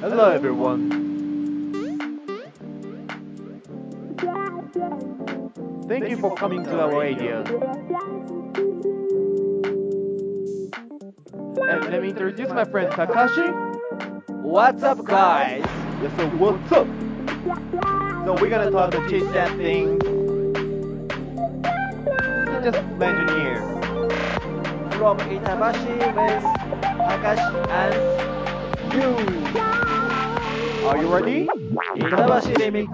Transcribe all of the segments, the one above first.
Hello everyone. Thank you for coming to our area. And let me introduce my friend Takashi. What's up, guys? Yes, so what's up? So we're gonna talk the chit chat thing. So just mention here. From Itabashi with Takashi and you. Are you ready? Itabashi Remix.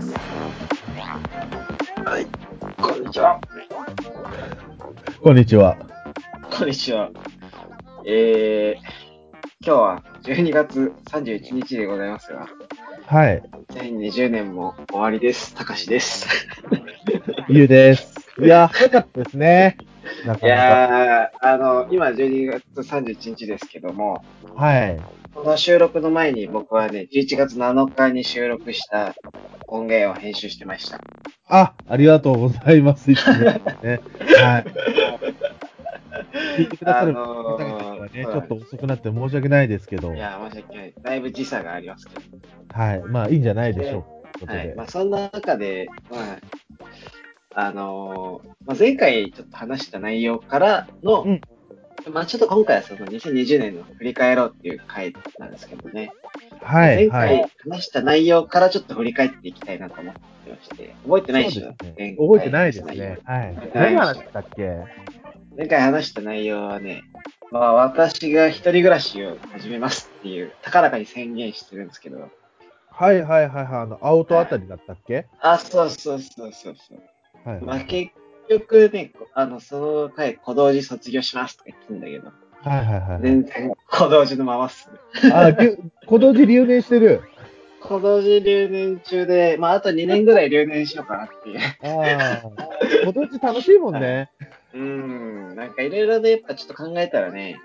はい、こんにちは。 こんにちは。 こんにちは。今日は12月31日でございますが、 はい。 2020年も終わりです。たかしです。 ゆうです。いやー、早かったですね。ないかなか。 やー、今12月31日ですけども、 はい。 この収録の前に僕はね、11月7日に収録した音源を編集してました。 ありがとうございます。いつもね。はい。聞いてくださる方々はね、ちょっと遅くなって申し訳ないですけど。 いや、申し訳ない。だいぶ時差がありますけど。 はい。まあ、いいんじゃないでしょうか。 はい。まあ、そんな中で、前回ちょっと話した内容からの、まあちょっと今回はその2020年の振り返ろうっていう回なんですけどね。 はい。 前回話した内容からちょっと振り返っていきたいなと思ってまして、覚えてないでしょ？ 覚えてないですね。はい。何話したっけ？ 前回話した内容はね、まあ私が一人暮らしを始めますっていう、高らかに宣言してるんですけど。 はいはいはいはい。青戸あたりだったっけ？ そう。 はい。 まあ結局ね、その回、小道寺卒業しますとか言ってんだけど。 はい。 全然、小道寺のままっすね。 小道寺留年してる。 小道寺留年中で、まああと2年ぐらい留年しようかなっていう。 小道寺楽しいもんね。 なんかいろいろでやっぱちょっと考えたらね、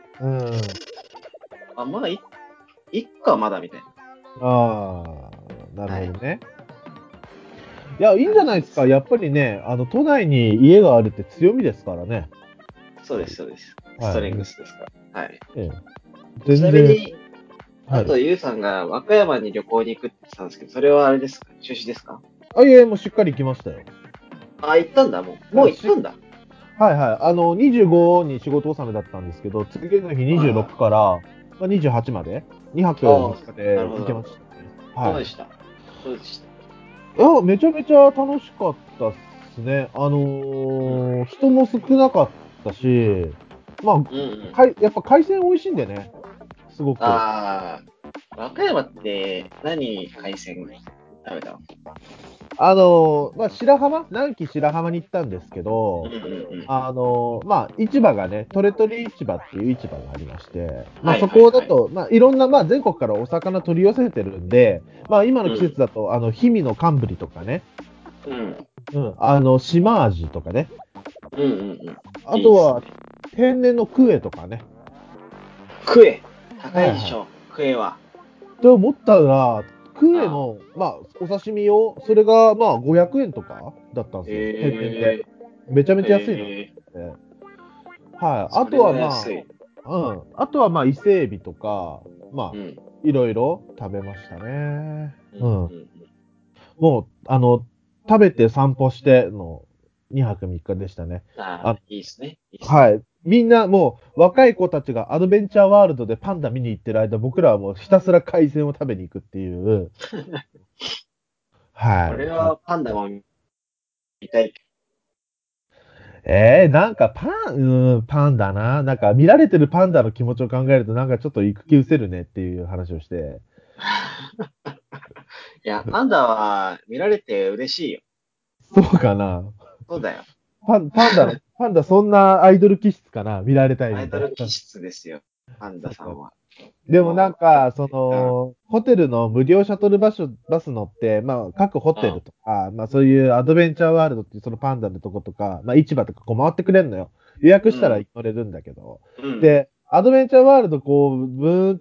まだいっかまだみたいな。 なるほどね。いや、いいんじゃないですか。やっぱりね、都内に家があるって強みですからね。 そうです。ストレングスですから。はい。ちなみに、あと、ゆうさんが和歌山に旅行に行くって言ってたんですけど、それはあれですか？中止ですか？ いえ、もうしっかり行きましたよ。 行ったんだ、もう行ったんだ。 はい。25に仕事納めだったんですけど、次の日26から28まで、2泊3日で行きましたね。 どうでした？ いや、めちゃめちゃ楽しかったっすね。人も少なかったし、やっぱ海鮮美味しいんでね、すごく。 和歌山って海鮮食べたの？南紀白浜に行ったんですけど、市場がね、トレトリ市場っていう市場がありまして、そこだと、いろんな、全国からお魚取り寄せてるんで、今の季節だと、氷見の寒ブリとかね、島アジとかね、あとは、天然のクエとかね。 クエ高いでしょ、クエは。 って思ったら、クエの、お刺身用、それが、500円とかだったんですよ。天然で。めちゃめちゃ安いなって思って。はい。あとは、伊勢エビとか、いろいろ食べましたね。もう、食べて散歩しての2泊3日でしたね。 いいですね。 はい。みんなもう若い子たちがアドベンチャーワールドでパンダ見に行ってる間、僕らはもうひたすら海鮮を食べに行くっていう。はい。 俺はパンダも見たい。 なんかパンダな。なんか見られてるパンダの気持ちを考えるとなんかちょっと行く気失せるねっていう話をして。 いや、パンダは見られて嬉しいよ。 そうかな。 そうだよ。 パンダそんなアイドル気質かな、見られたいアイみたいな。 ドル気質ですよ、パンダさんは。 でもなんか、ホテルの無料シャトルバス乗って、各ホテルとか、そういうアドベンチャーワールドっていうそのパンダのとことか、市場とかこう回ってくれるのよ。予約したら乗れるんだけど。で、アドベンチャーワールドこう、ブーンって、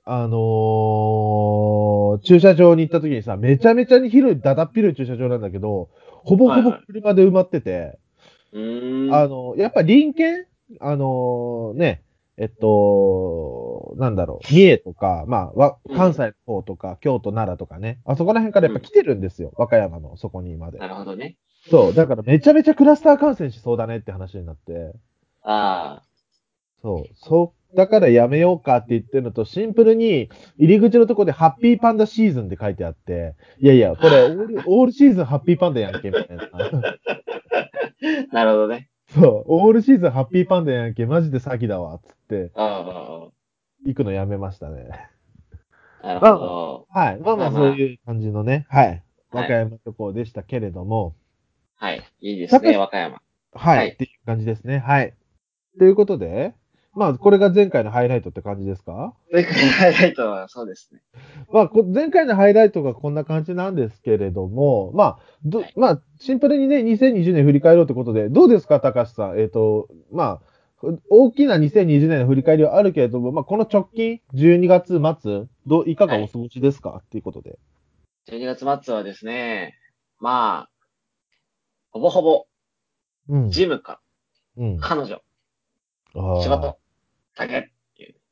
駐車場に行った時にさ、めちゃめちゃに広い、だだっ広い駐車場なんだけど、ほぼほぼ車で埋まってて、やっぱ隣県ね、 なんだろう、三重とか、まあ、関西の方とか、京都、奈良とかね、あそこら辺からやっぱ来てるんですよ、和歌山のそこにまで。 なるほどね。 そう、だからめちゃめちゃクラスター感染しそうだねって話になって、 あだからやめようかって言ってるのと、シンプルに入り口のところでハッピーパンダシーズンって書いてあって、いやいや、これオールシーズンハッピーパンダやんけ、みたいな。 あ。なるほどね。 そう、オールシーズンハッピーパンダやんけ、マジで詐欺だわ、つって、 あ行くのやめましたね。 あ。なるほまあまど。 あ、はい。まあまあ、 まあまあ。 そういう感じのね、はい。和歌はい。 山旅行でしたけれども、 はい。いいですね、 高橋、 和歌山。 はい、っはい。 ていう感じですね。はい。ということで、まあ、これが前回のハイライトって感じですか？ 前回のハイライトはそうですね。 まあ、前回のハイライトがこんな感じなんですけれども、まあ、 はい。 まあ、シンプルにね、2020年振り返ろうということで、どうですか、高橋さん。まあ、大きな2020年の振り返りはあるけれども、まあ、この直近、12月末、いかがはい。 お過ごしですかっていうことで。 12月末はですね、まあ、ほぼほぼ、 うん。 ジムか、 うん。 彼女、仕ああ、 事、だけっていう。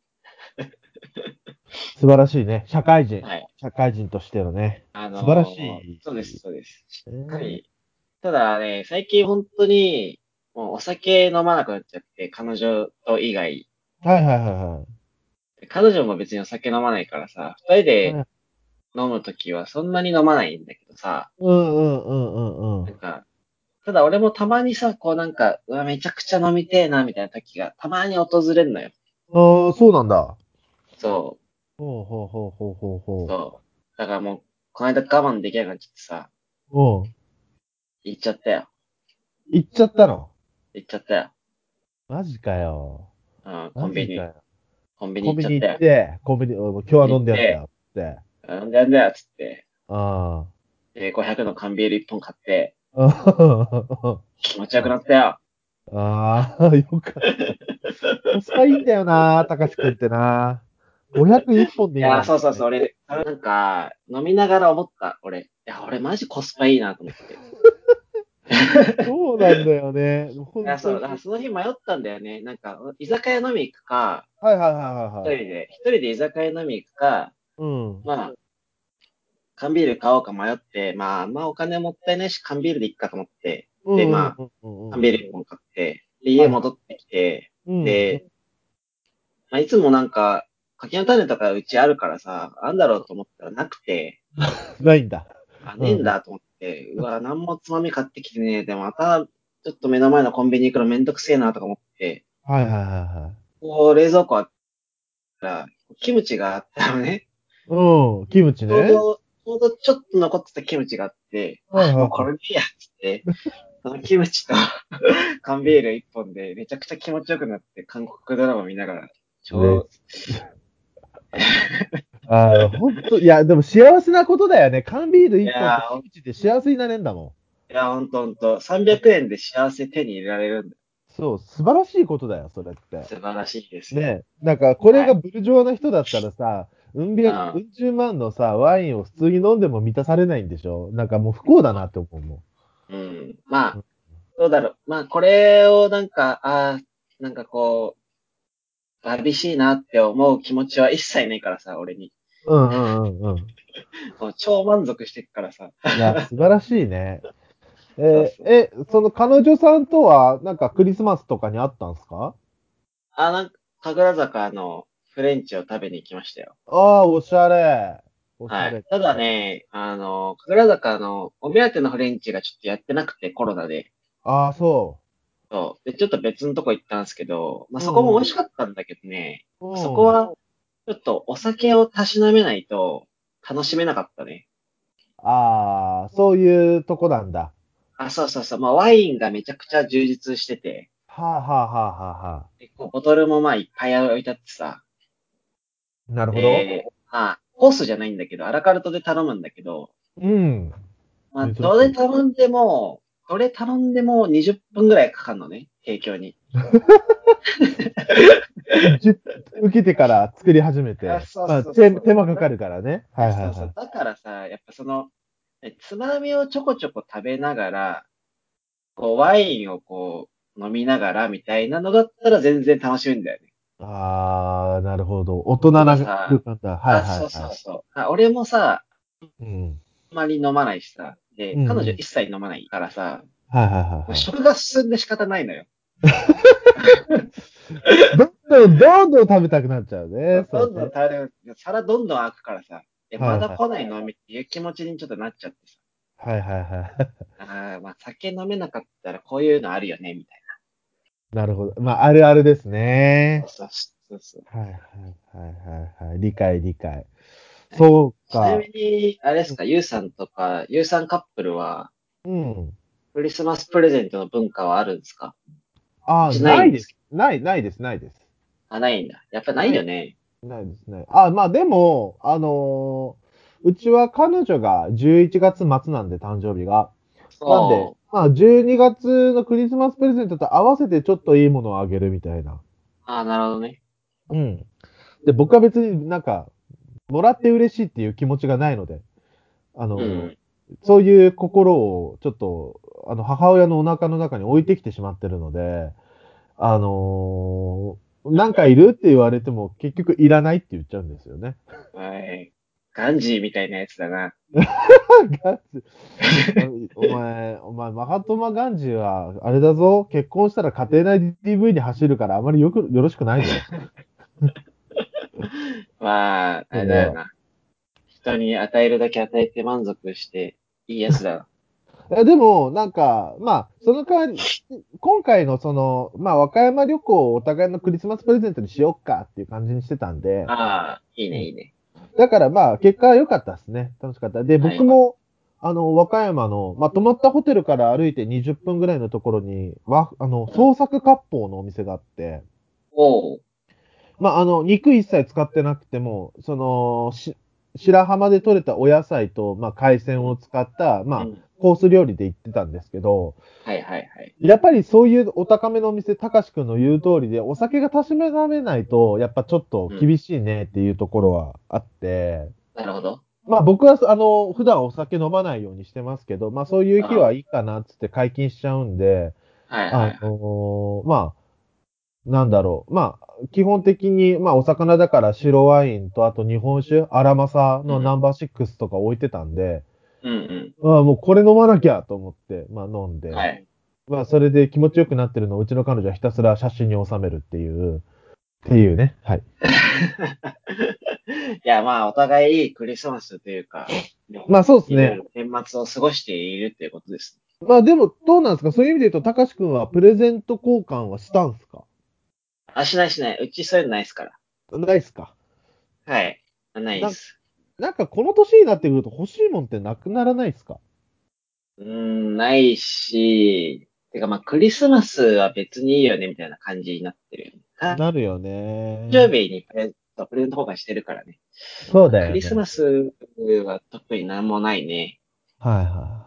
素晴らしいね。社会人。 はい。 社会人としてのね。素晴らしそうです、 い。 そうです。しっかね。 り。ただね、最近本当に、もうお酒飲まなくなっちゃって、彼女と以外。 はいはいは彼女も別にお酒飲まないからさ、二人いはい。 ではい。 飲むときはそんなに飲まないんだけどさ、 うんうんうんうんうん。 なんか、ただ俺もたまにさ、こうなんか、うわ、めちゃくちゃ飲みてえな、みたいな時がたまに訪れるのよ。 ああ、そうなんだ。 そう、 ほうほうほうほうほうほそう。だからもう、この間我慢できなくなっちゃってさ、 う。うん。 行っちゃったよ。 行っちゃったの？ 行っちゃったよ。 マジかよ。 うん、コンビニ。 マジかよ。 コンビニコンビニ行っ行っちゃったよ。 て、今日コンビニは飲んでやんだ行って、 よって。 なんだよんだよ、つって。 あで、500の缶ビール1本買って、 あ。 気持ちよくなったよ。 ああ、よかった。コスパいいんだよな、高橋くんってな。501本でいやー、 いいんだもんね。 そうそうそう、俺、なんか、飲みながら思った、俺。いや、俺マジコスパいいなと思って。 そうなんだよね。 いや、そう、 本当に。 だからその日迷ったんだよね。なんか、居酒屋飲み行くか、 はいはいはいはいはい。 一人で居酒屋飲み行くか、 うん。 まあ、缶ビール買おうか迷って、まあ、お金もったいないし、缶ビールでいっかと思って、で、 うんうんまあ、 うんうんうん。 缶ビール1本買って、で、家はいはい。 戻ってきて、 うん。 で、まあ、いつもなんか、柿の種とかうちあるからさ、あんだろうと思ったらなくて、 ないんだ。 あ、ねえんうん。 だと思って、うわ、なんもつまみ買ってきてねえで、また、ちょっと目の前のコンビニ行くのめんどくせえなとか思って、 はいはいはいはい。 こう、冷蔵庫あったら、キムチがあったのね。 うん。キムチね。 ちょうどちょっと残ってたキムチがあって、あ、もうはいはいはい。 これでいいや、つって、そのキムチと缶ビール一本でめちゃくちゃ気持ちよくなって、韓国ドラマ見ながら、 ね。ほんと、いや、でも幸せなことだよね。缶ビールい一本とやー、 キムチで幸せになれんだもいや、ほんとほんと、300円で幸せ手に入れられるんだ。 ん。そう、素晴らしいことだよ、それって。 素晴らしいですよ。 ね。なんか、これはい。 がブルジョワな人だったらさ、 うんうん十万のさ、ワインを普通に飲んでも満たされないんでしょ？なんかもう不幸だなって思うもうん。まん。 あ、どうだろう。まあ、これをなんか、なんかこう、寂しいなって思う気持ちは一切ないからさ、俺に。 うんうんうんうん。 もう超満足してるからさ。 いや、素晴らしいね。 そうそう。 その彼女さんとは、なんかクリスマスとかに会ったんすか？ なんか、神楽坂のフレンチを食べに行きましたよ。 ああー、おしゃれ。おしゃはい。 れ。 ただね、神楽坂のお目当てのフレンチがちょっとやってなくて、コロナで。 ああ、そそう。で、ちょっと別のとこ行ったんですけど、まあ、 う。 そこも美味しうんかったんだけどね、 うん。うん。 そこは、ちょっとお酒をたしなめないと楽しめなかったね。 ああ、そういうとこなんだ。 そうそうそう。まあ、ワインがめちゃくちゃ充実してて、 はあはあはあはあはでこうボトルもまあいっぱい置いてあってさ、 あ。なるほど。 で、まあ、コースじゃないんだけど、アラカルトで頼むんだけど、 うん。 まあ、 珍しい。 どれ頼んでも20分ぐらいかかるのね、提供に。 10受けてから作り始めて。 そうまあ、 そうそう。 手間かかるからね。はいはいそうそう。 はい。 だからさ、やっぱその、つまみをちょこちょこ食べながら、こう、ワインを飲みながらみたいなのだったら全然楽しいんだよね。 ああ、なるほど。大人な空間だ。はいはい、はい。 そうそうそう。俺もさ、 うん。 あんまり飲まないしさ。で、 うんうん彼女一切飲まないからさ、 はいはいはい、はい。 食が進んで仕方ないのよ。 どんどん食べたくなっちゃうね。 どんどん食べる。皿どんどん開くからさ。まだ来ないのみっていう気持ちにちょっとなっちゃってさ。 はいはいはい。 まあ酒飲めなかったらこういうのあるよね、みたいなるほど。まあ、あるあるですね。 そうそうそう。 はいはいはいはい。理解理解。そうか。 ちなみに、あれですか、ゆうさんとか、ゆうさんカップルは、 うん。 クリスマスプレゼントの文化はあるんですか？ あ、ないです。ないです、ないです。 ないんだ。やっぱないよね。 ないですね。まあでも、うちは彼女が11月末なんで、誕生日が。なんで、まあ12月のクリスマスプレゼントと合わせてちょっといいものをあげるみたいな。 なるほどね。 うん。で、僕は別になんか、もらって嬉しいっていう気持ちがないので、そういう心をちょっと、母親のお腹の中に置いてきてしまってるので、なんかいるって言われても結局いらないって言っちゃうんですよね。 はい。ガンジーみたいなやつだな。 お前、マハトマガンジーは、あれだぞ、結婚したら家庭内 DV に走るからあまりよろしくないぞ。 まあ、あれだよな。人に与えるだけ与えて満足していいやつだ。 でも、なんか、まあ、その代わり、今回のまあ、和歌山旅行をお互いのクリスマスプレゼントにしよっかっていう感じにしてたんで、 いいね、いいね。 だからまあ、結果は良かったですね。楽しかった。で、僕も、和歌山の、まあ、泊まったホテルから歩いて20分ぐらいのところに、創作割烹のお店があって、まあ、肉一切使ってなくても、白浜で採れたお野菜と、まあ、海鮮を使った、まあ、コース料理で行ってたんですけど、やっぱりそういうお高めのお店、たかしくんの言う通りで、お酒がたしめないと、やっぱちょっと厳しいねっていうところはあって、 なるほど。 まあ僕は、普段お酒飲まないようにしてますけど、まあそういう日はいいかなっつって解禁しちゃうんで、まあ、なんだろう。まあ、基本的に、まあお魚だから白ワインと、あと日本酒、荒政のナンバー6とか置いてたんで、もうこれ飲まなきゃと思って、まあ飲んで、まあそれで気持ちよくなってるのをうちの彼女はひたすら写真に収めるっていうね。はい。 いや、まあ、お互いクリスマスというか、 まあそうですね。 年末を過ごしているということです。 まあでも、どうなんですか？そういう意味で言うと、たかしくんはプレゼント交換はしたんすか？ しないしない。うちそういうのないっすから。 ないっすか？ はい。ないっす。 なんかこの年になってくると欲しいもんってなくならないっすか？ ないし、てかまあ、クリスマスは別にいいよね、みたいな感じになってるよね。 なるよね。 誕生日にプレゼント交換してるからね。 そうだよね。 クリスマスは特になんもないね。 はいはい。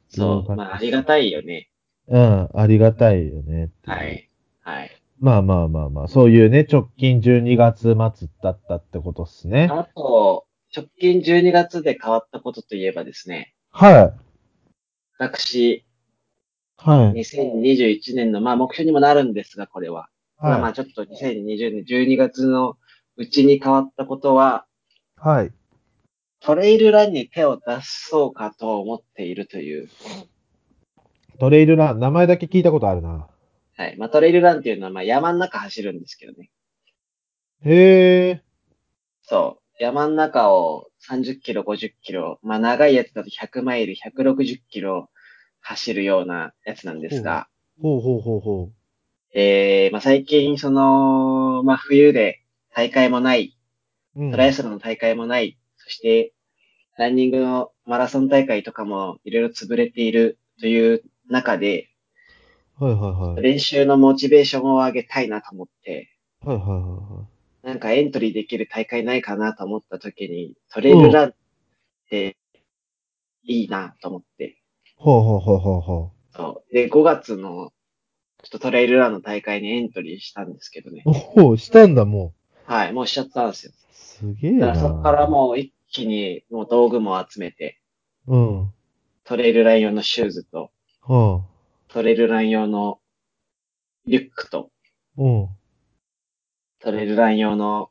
そう。まあ、ありがたいよね。 うん、ありがたいよねっていう。 はい。はい。 まあまあまあまあ、そういうね、直近12月末だったってことっすね。 あと、直近12月で変わったことといえばですね、 はい。 私、 はい。 2021年の、まあ目標にもなるんですが、これは。 はい。 まあちょっと2020年12月のうちに変わったことは、 はい。 トレイルランに手を出そうかと思っているという。 トレイルラン、名前だけ聞いたことあるな。 はい。まあトレイルランっていうのは、まあ山の中走るんですけどね。 へえ。 そう。山の中を30キロ、50キロ、まあ長いやつだと100マイル、160キロ走るようなやつなんですが、 ほうほうほうほまあ最近、まあ冬で大会もない、 う。 トライアスロンの大会もない、そしてランニングのマラソン大会とかもいろいろ潰れているという中で、 はいはいはい。 練習のモチベーションを上げたいなと思って、 はいはいはなんかエントリーできる大会ないかなと思った時に、トいはい。うん。 レイルランっていいなと思って、 ほうほうほうほうほそう。で、5月のちょっとトレイルランの大会にエントリーしたんですけどね。 う。ほう、したんだ、もはい、もうしちゃったんですよ。 う。すげえだからそこかな。 らもう一気にもう道具も集めて、 うん。 トレイルラン用のシューズと、 はあ。 トレイルラン用のリュックと、 うん。 トレイルラン用の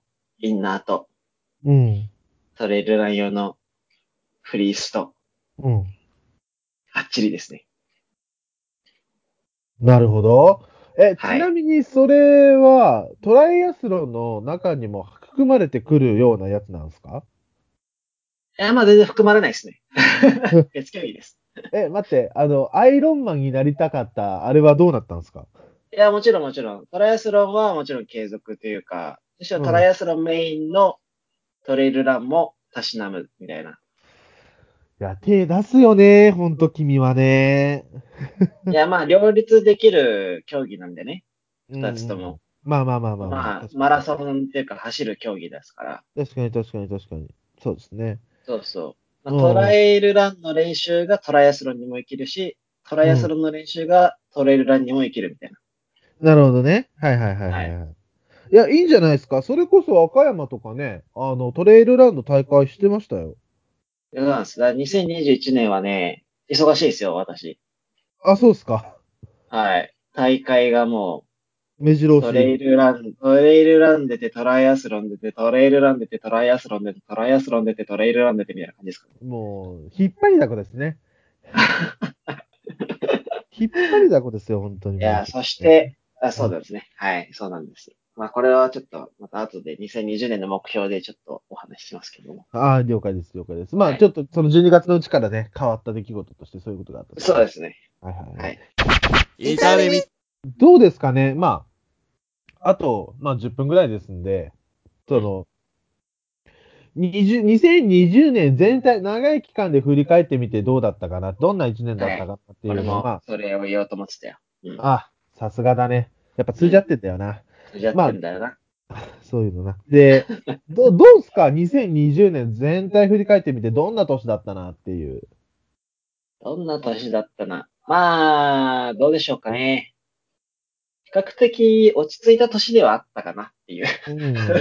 インナーと、 うん。 トレイルラン用のフリースと、 うん。 バッチリですね。 なるほど。ちはい。 なみにそれは、トライアスロンの中にも含まれてくるようなやつなんですか？ まあ全然含まれないですね。別競技です。 待って、アイロンマンになりたかった、あれはどうなったんですか？ いや、もちろんもちろん。トライアスロンはもちろん継続というか、むしろトラうん。 イアスロンメインのトレイルランもたしなむみたいな。 いや、手出すよね、ほんと君はね。 いや、まあ両立できる競技なんでね。 うん二つうん。 とも。 まあまあまあまあまあ、 まあ、 確かにマラソ確かに。 ンっていうか走る競技ですから。 確かに確かに確かに。そうですね。 そうそう。まあ、トうんうん。 ライルランの練習がトライアスロンにも生きるし、トライアスうん。 ロンの練習がトレイルランにも生きるみたいな。 なるほどね。はいはいはいはい。 はいはい。いや、いいんじゃないですか。それこそ和歌山とかね、トレイルランの大会してましたよ。 そうなんです。だから2021年はね、忙しいですよ、私。 あ、そうっすか。 はい。大会がも目白う、 押し。 トレイルラン出て、トライアスロン出て、トレイルラン出て、トライアスロン出て、トライアスロン出て、トレイルラン出てみたいな感じですかね。 もう、引っ張りだこですね。引っ張りだこですよ、本当にもう。 いや、そして、そうですね。はい、そうなんです。まあ、これはちょっと、また後で2020年の目標でちょっとお話ししますけども。 ああ、了解です、了解です。まあ、 はい。 ちょっとその12月のうちからね、変わった出来事としてそういうことがあったということで。 そうですね。 はいはいはい。 はい。 イタレミ。 どうですかね。まあ、あと、まあ、10分ぐらいですんで、 うん。 2020年全体、長い期間で振り返ってみてどうだったかな、どんな1年だったはい。 かなっていうのを、 俺もまそれを言おうと思ってたよ。うん。 さすがだね。やっぱうん。 通じ合ってんだよな。 通じ合っまあ、 てんだよな。 そういうのな。で、どうすか？ 2020 年全体振り返ってみてどんな年だったなっていう。 どんな年だったな。まあ、どうでしょうかね。比較的落ち着いた年ではあったかなっていう。 うん。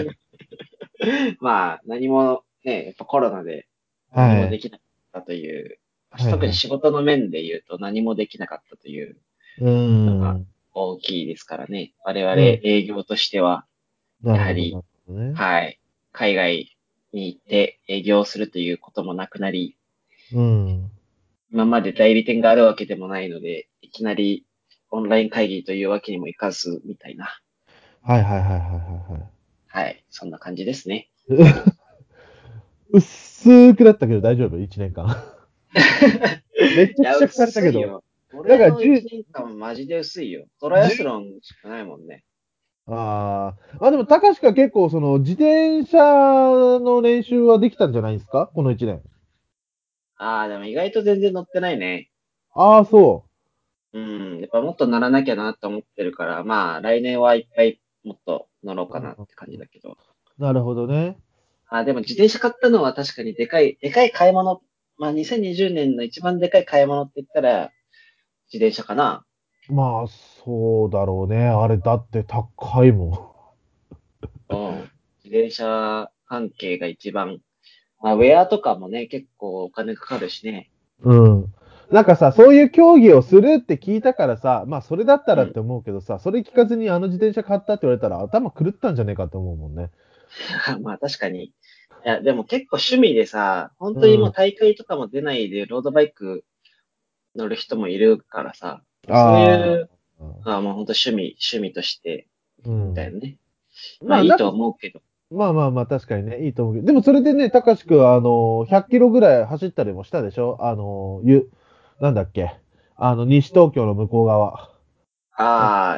まあ、何もね、やっぱコロナで何もはい。 できなかったという、特にはいはい。 仕事の面で言うと何もできなかったといううのがん。 大きいですからね。我々 うん。 営業としては、 なるほど、なやはり、 るほどね。 はい、海外に行って営業するということもなくなり、 うん。 今まで代理店があるわけでもないので、いきなりオンライン会議というわけにもいかず、みたいな。 はいはいはいはいははい、そんな感じですね。 いはい。薄くなったけど大丈夫？ 1 年間。めっちいや、 ゃくちゃくされたけど。 薄いよ。 だから俺の一年間マジで薄いよ。トライアスロンしかないもんね。 でも、高しか結構、自転車の練習はできたんじゃないですか？この1年。 ああ、でも意外と全然乗ってないね。 ああ、そうん、やっぱもっと乗らなきゃなと思ってるから、まあ来年はいっぱいもっと乗ろうう。 かなって感じだけど。 なるほどね。 でも自転車買ったのは確かにでかい買い物。まあ2020年の一番でかい買い物って言ったら自転車かな。 まあ、そうだろうね。あれ、だって高いもうん。自転車関係が一番。まあウェアとかもね、結構お金かかるしね。 ん。うん。なんかさ、そういう競技をするって聞いたからさ、まあ、それだったうん。 らって思うけどさ、それ聞かずにあの自転車買ったって言われたら頭狂ったんじゃねえかって思うもんね。 まあ確かに。いや、でも結構趣味でさ、本う当にもうん。 大会とかも出ないでロードバイク乗る人もいるからさ、そういあう、もう本当趣味として、 うん。 みたいなね。まあまあ、 いいとなんか、 思うけど。 まあまあまあ、確かにね、いいと思うけど。でもそれでね、たかしくん、100キロぐらい走ったりもしたでしょ？なんだっけ。西東京の向こう側。 ああ、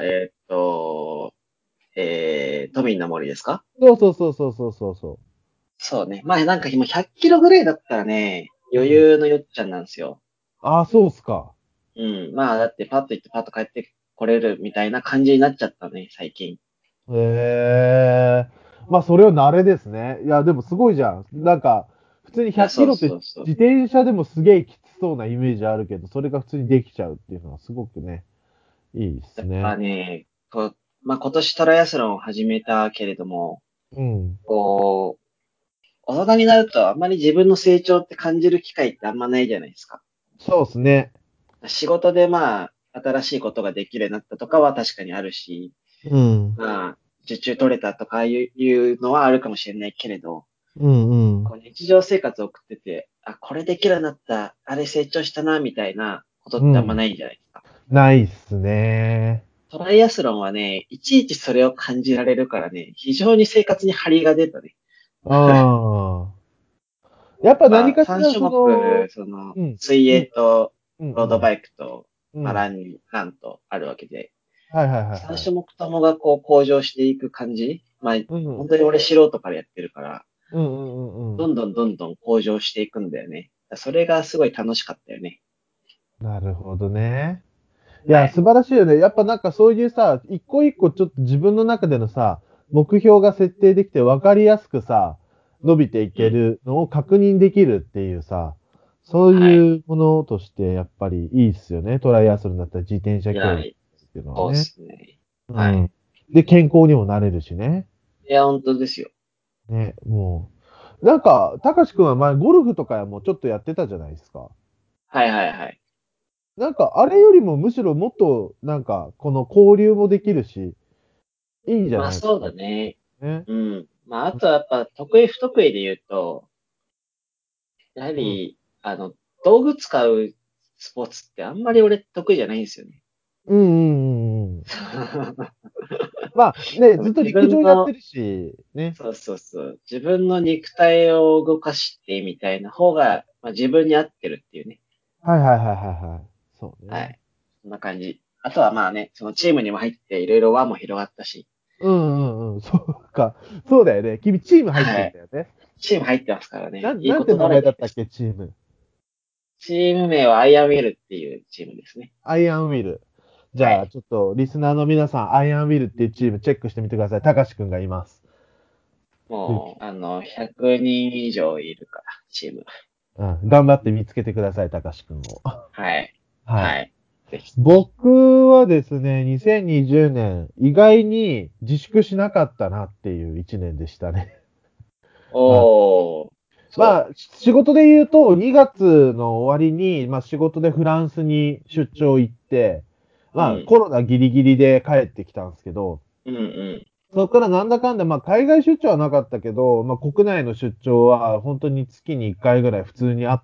都民の森ですか？ そうそうそうそうそうそうそそうね。まあなんか今100キロぐらいだったらね、 う。う余ん。 裕のよっちゃんなんですよ。 ああ、そうっすか。 うん。まあだってパッと行ってパッと帰ってこれるみたいな感じになっちゃったね、最近。 へえ。まあ、それは慣れですね。いや、でもすごいじゃん。なんか、普通にいや、 100キそうロってそうそう。 自転車でもすげえきつそうなイメージあるけど、それが普通にできちゃうっていうのはすごくね、いいですやっぱね。 ね、まあ今年トライアスロンを始めたけれども、 うん。 こう、大人になるとあんまり自分の成長って感じる機会ってあんまないじゃないですか。 そうですね。 仕事でまあ、新しいことができるようになったとかは確かにあるし、 うん。 まあ、 受注取れたとかいうのはあるかもしれないけれど、 うんうん。 こう日常生活を送ってて、あ、これできるようになった、あれ成長したな、みたいなことってあんまないんじゃないですか。 ないっすね。 トライアスロンはね、いちいちそれを感じられるからね、非常に生活に張りが出たね。 ああ。やっぱ何かし 3 ら種目、 うん、 水うん、 泳と、 うん、うん。 ロードバイクと、 うん。 ランとあるわけで、 はいはいはい 3 はい。 種目ともがこう向上していく感じ。 うん、うん、 本当に俺素人からやってるから、 うん、うん、うん。 どんどんどんどん向上していくんだよね。それがすごい楽しかったよね。 なるほどね。いや、 はい。 素晴らしいよね。やっぱなんかそういうさ、一個一個ちょっと自分の中でのさ、目標が設定できて分かりやすくさ、伸びていうん。 けるのを確認できるっていうさ、そうはい。 いうものとしてやっぱりいいっすよね。トライアスロンだったら自転車いや、 競技っていうのはそうっね。 すね。 うはい。 ん。で、健康にもなれるしね。 いや、本当ですよ。 ね、もう。なんか、たかしくんは前ゴルフとかもちょっとやってたじゃないですか。 はいはいはい。 なんか、あれよりもむしろもっと、なんか、この交流もできるし、いいんじゃないかまあそうな。 だね。 ね。 うん。まああとはやっぱ得意不得意で言うと、やはうん。 り、道具使うスポーツってあんまり俺得意じゃないんですよね。 うんうんうんうん。まあね、ずっと自陸分の、 上やってるし、ね。 そうそうそう、自分の肉体を動かしてみたいな方が、まあ、自分に合ってるっていうね。 はいはいはいはいはい。そうね。 はい。そんな感じ。あとはまあね、そのチームにも入っていろいろ輪も広がったし、 うんうんうん。そうか。そうだよね。君チーム入ってはい。 んだよね。 チーム入ってますからね、いいことだなんて名らけです。 前だったっけ、チーム。 チーム名はアイアンウェルっていうチームですね。 アイアンウィル。じゃあ、 はい。 ちょっと、リスナーの皆さん、アイアンウィルっていうチームチェックしてみてください。たかしくんがいます。でもう、100人以上いるから、チーム。 うん、頑張って見つけてください、たかしくんを。 はい。 はい。 はい。ぜひ。 僕はですね、2020年、意外に自粛しなかったなっていう1年でしたね。あおー、そまあ、仕事で言うと、2月の終わりに、まあ仕事でフランスに出張行って、 う。うまあん。 コロナギリギリで帰ってきたんですけど、 うんうん。 そこからなんだかんだ、まあ海外出張はなかったけど、まあ国内の出張は本当に月に1回ぐらい普通にあって、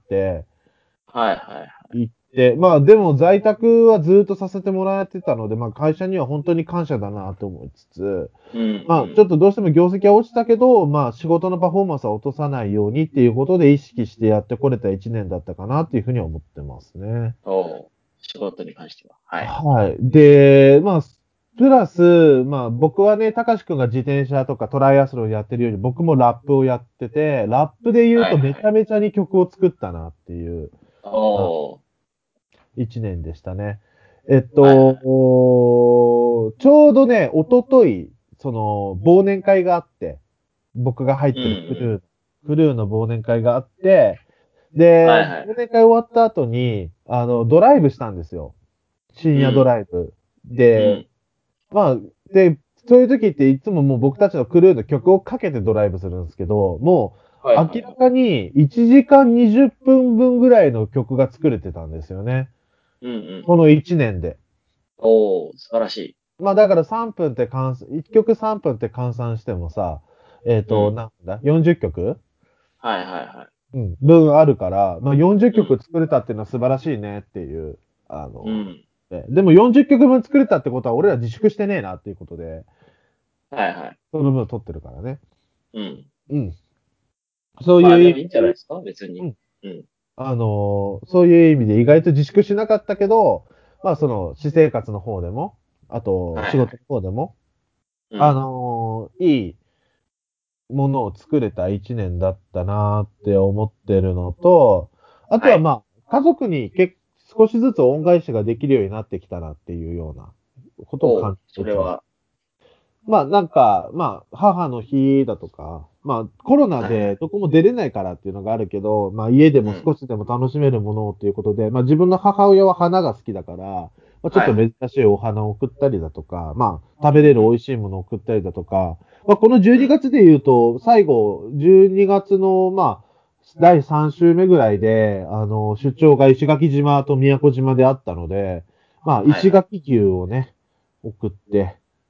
はいはい。 行って、まあでも在宅はずっとさせてもらってたので、まあ会社には本当に感謝だなと思いつつ、 うんうまあちょっん。 とどうしても業績は落ちたけど、まあ仕事のパフォーマンスは落とさないようにっていうことで意識してやってこれた1年だったかなっていうふうに思ってますね。 おー、仕事に関しては。はい。 はい。で、まあ、プラス、まあ僕はね、たかしくんが自転車とかトライアスロンやってるように僕もラップをやってて、ラップで言うとめちゃはいはい。 めちゃに曲を作ったなっていう、あおー、 一年でしたね。 はいはい。 ちょうどね、一昨日その、忘年会があって、僕が入っうんてるうん。 クルーの忘年会があって、で、 はいはい。 忘年会終わった後に、ドライブしたんですよ。深夜ドうん。 ライブ。で、 うん。 まあ、で、そういう時っていつももう僕たちのクルーの曲をかけてドライブするんですけど、もう明らはいはいはい。 かに1時間20分分ぐらいの曲が作れてたんですよね。 うんうん。 この1年で。 おー、素晴らしい。 まあだから3分って1曲3分って換算してもさ、 うん。 なんだ、40曲はいはいはうん、分あるから、まあ40 い。うん。 曲作れたっていうのは素晴らしいねっていう、あの、 うん。 でも40曲分作れたってことは俺ら自粛してねえなっていうことで、 はいはい。 その分取ってるからね。 うん。 うん。そういう意味まあでもいいんじゃないでで、 すか別に。 うん。 うん。 そういう意味で意外と自粛しなかったけど、まあその私生活の方でも、あと仕事のはいはい。 方でも、 うん。 いいものを作れた一年だったなって思ってるのと、あとはい。 はまあ、家族に少しずつ恩返しができるようになってきたなっていうようなことをおー、 感じた一年。 それは。 まあなんか、まあ母の日だとか、まあコロナはいはい。 でどこも出れないからっていうのがあるけど、まあ家でもうん。 少しでも楽しめるものをということで、まあ自分の母親は花が好きだから、まあ、ちょっとはいはい。 珍しいお花を送ったりだとか、まあ食べれる美うん味しいものを送ったりだとか、まあこの12 うん。 月で言うと、最後、12月のまあ、第3週目ぐらいで、出張が石垣島と宮古島であったので、まあ、 はいはい。 石垣牛をね、送って、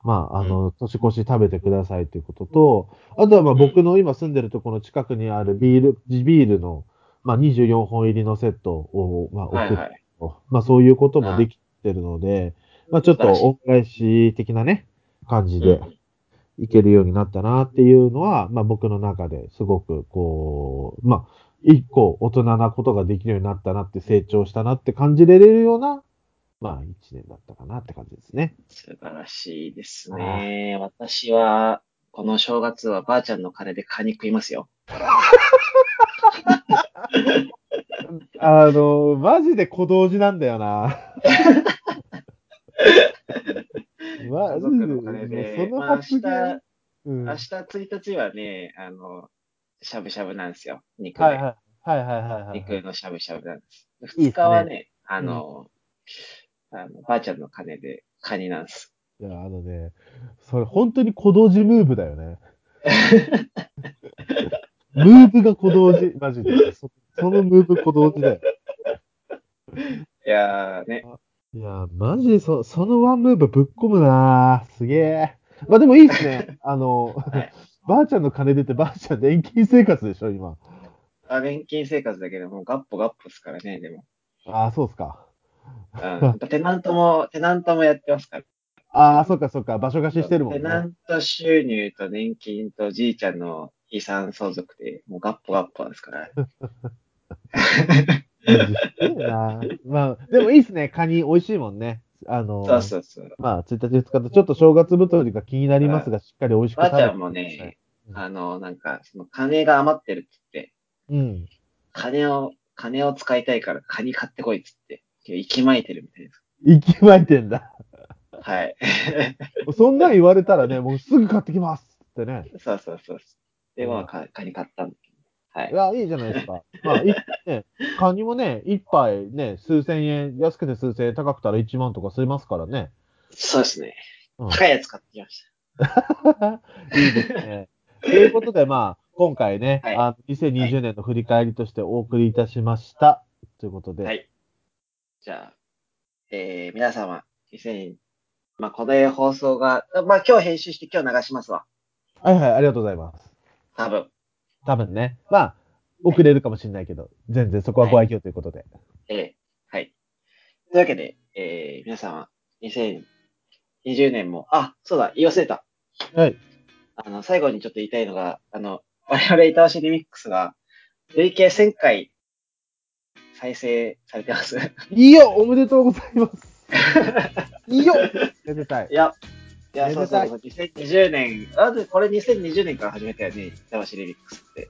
年越し食べてくださいということと、あとは僕の今住んでるところの近くにある地ビールの、24本入りのセットを、送ると、そういうこともできてるので、ちょっと恩返し的なね、感じでいけるようになったなっていうのは、僕の中ですごく、一個大人なことができるようになったなって成長したなって感じれるような、一年だったかなって感じですね。 素晴らしいですね。私は、この正月はばあちゃんの金でカニ食いますよ。 マジで小道寺なんだよな。 家族の金で、 その発言、 明日1日はね、しゃぶしゃぶなんですよ。肉で。 はい。 肉のしゃぶしゃぶなんです。2日はね、ばあちゃんの金でカニなんです。 いや、それ本当に小道寺ムーブだよね。ムーブが小道寺、マジで。そのムーブ小道寺だよ。 いやーね。 いや、マジでそのワンムーブぶっ込むなぁ。すげえ。でもいいっすね。ばあちゃんの金出てばあちゃん年金生活でしょ、今。 年金生活だけども、ガッポガッポですからね、でも。 ああ、そうっすか。 やっぱテナントもやってますから。 ああ、そっか。場所貸ししてるもんね。 テナント収入と年金とじいちゃんの遺産相続で、もうガッポガッポですから。 マジすげえな。でもいいっすね。カニ美味しいもんね。 そう。 1日2日とちょっと正月太りが気になりますが、しっかり美味しく食べて。 ばあちゃんもね、なんか、その金が余ってるって言って、金を使いたいからカニ買ってこいって言って、息巻いてるみたいです。 息巻いてんだ。 はい。 そんなん言われたらね、もうすぐ買ってきますってね。 そう。で、カニ買ったんだけど。はい。 いや、いいじゃないですか。カニもね、一杯ね、数千円、安くて数千円、高くたら1万とかすいますからね。 そうですね。高いやつ買ってきましいいですね。ということで、今回ね、 はい 2020年の振り返りとしてお送りいたしました。ということで。 はい。じゃあ、皆様、この放送が、今日編集して今日流しますわ。 はい、ありがとうございます。多分ね。遅れるかもしれないけど、全然そこはご愛嬌ということで。 はい。というわけで、皆様、2020年も、そうだ、言い忘れた。 はい。 最後にちょっと言いたいのが、我々板橋リミックスが、累計1000回再生されてます。 いいよ、おめでとうございます。いいよ、めでたい。 いや、そう、2020年、これ2020年から始めたよね、板橋リミックスって。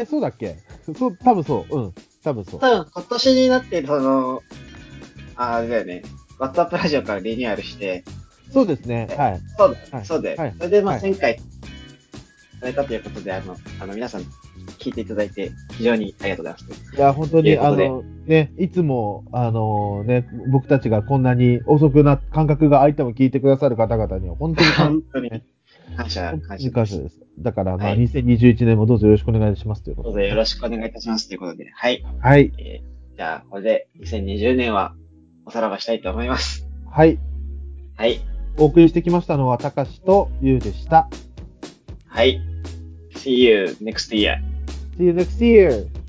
そうだっけ？多分そう。多分今年になって、あれだよね、WhatsApp ラジオからリニューアルして、 そうですね。はい。 そうだよ。それで、1000回されたということで、皆さん聞いていただいて、非常にありがとうございます。 いや、本当に、いつも、僕たちがこんなに遅くな、感覚が空いても聞いてくださる方々には、本当に感謝です。だから、2021年もどうぞよろしくお願いしますということで。 どうぞよろしくお願いいたしますということで、はい。 はい。 じゃあ、これで2020年はおさらばしたいと思います。 はい。 はい。 お送りしてきましたのは、たかしとゆうでした。 はい。See you next year. See you next year.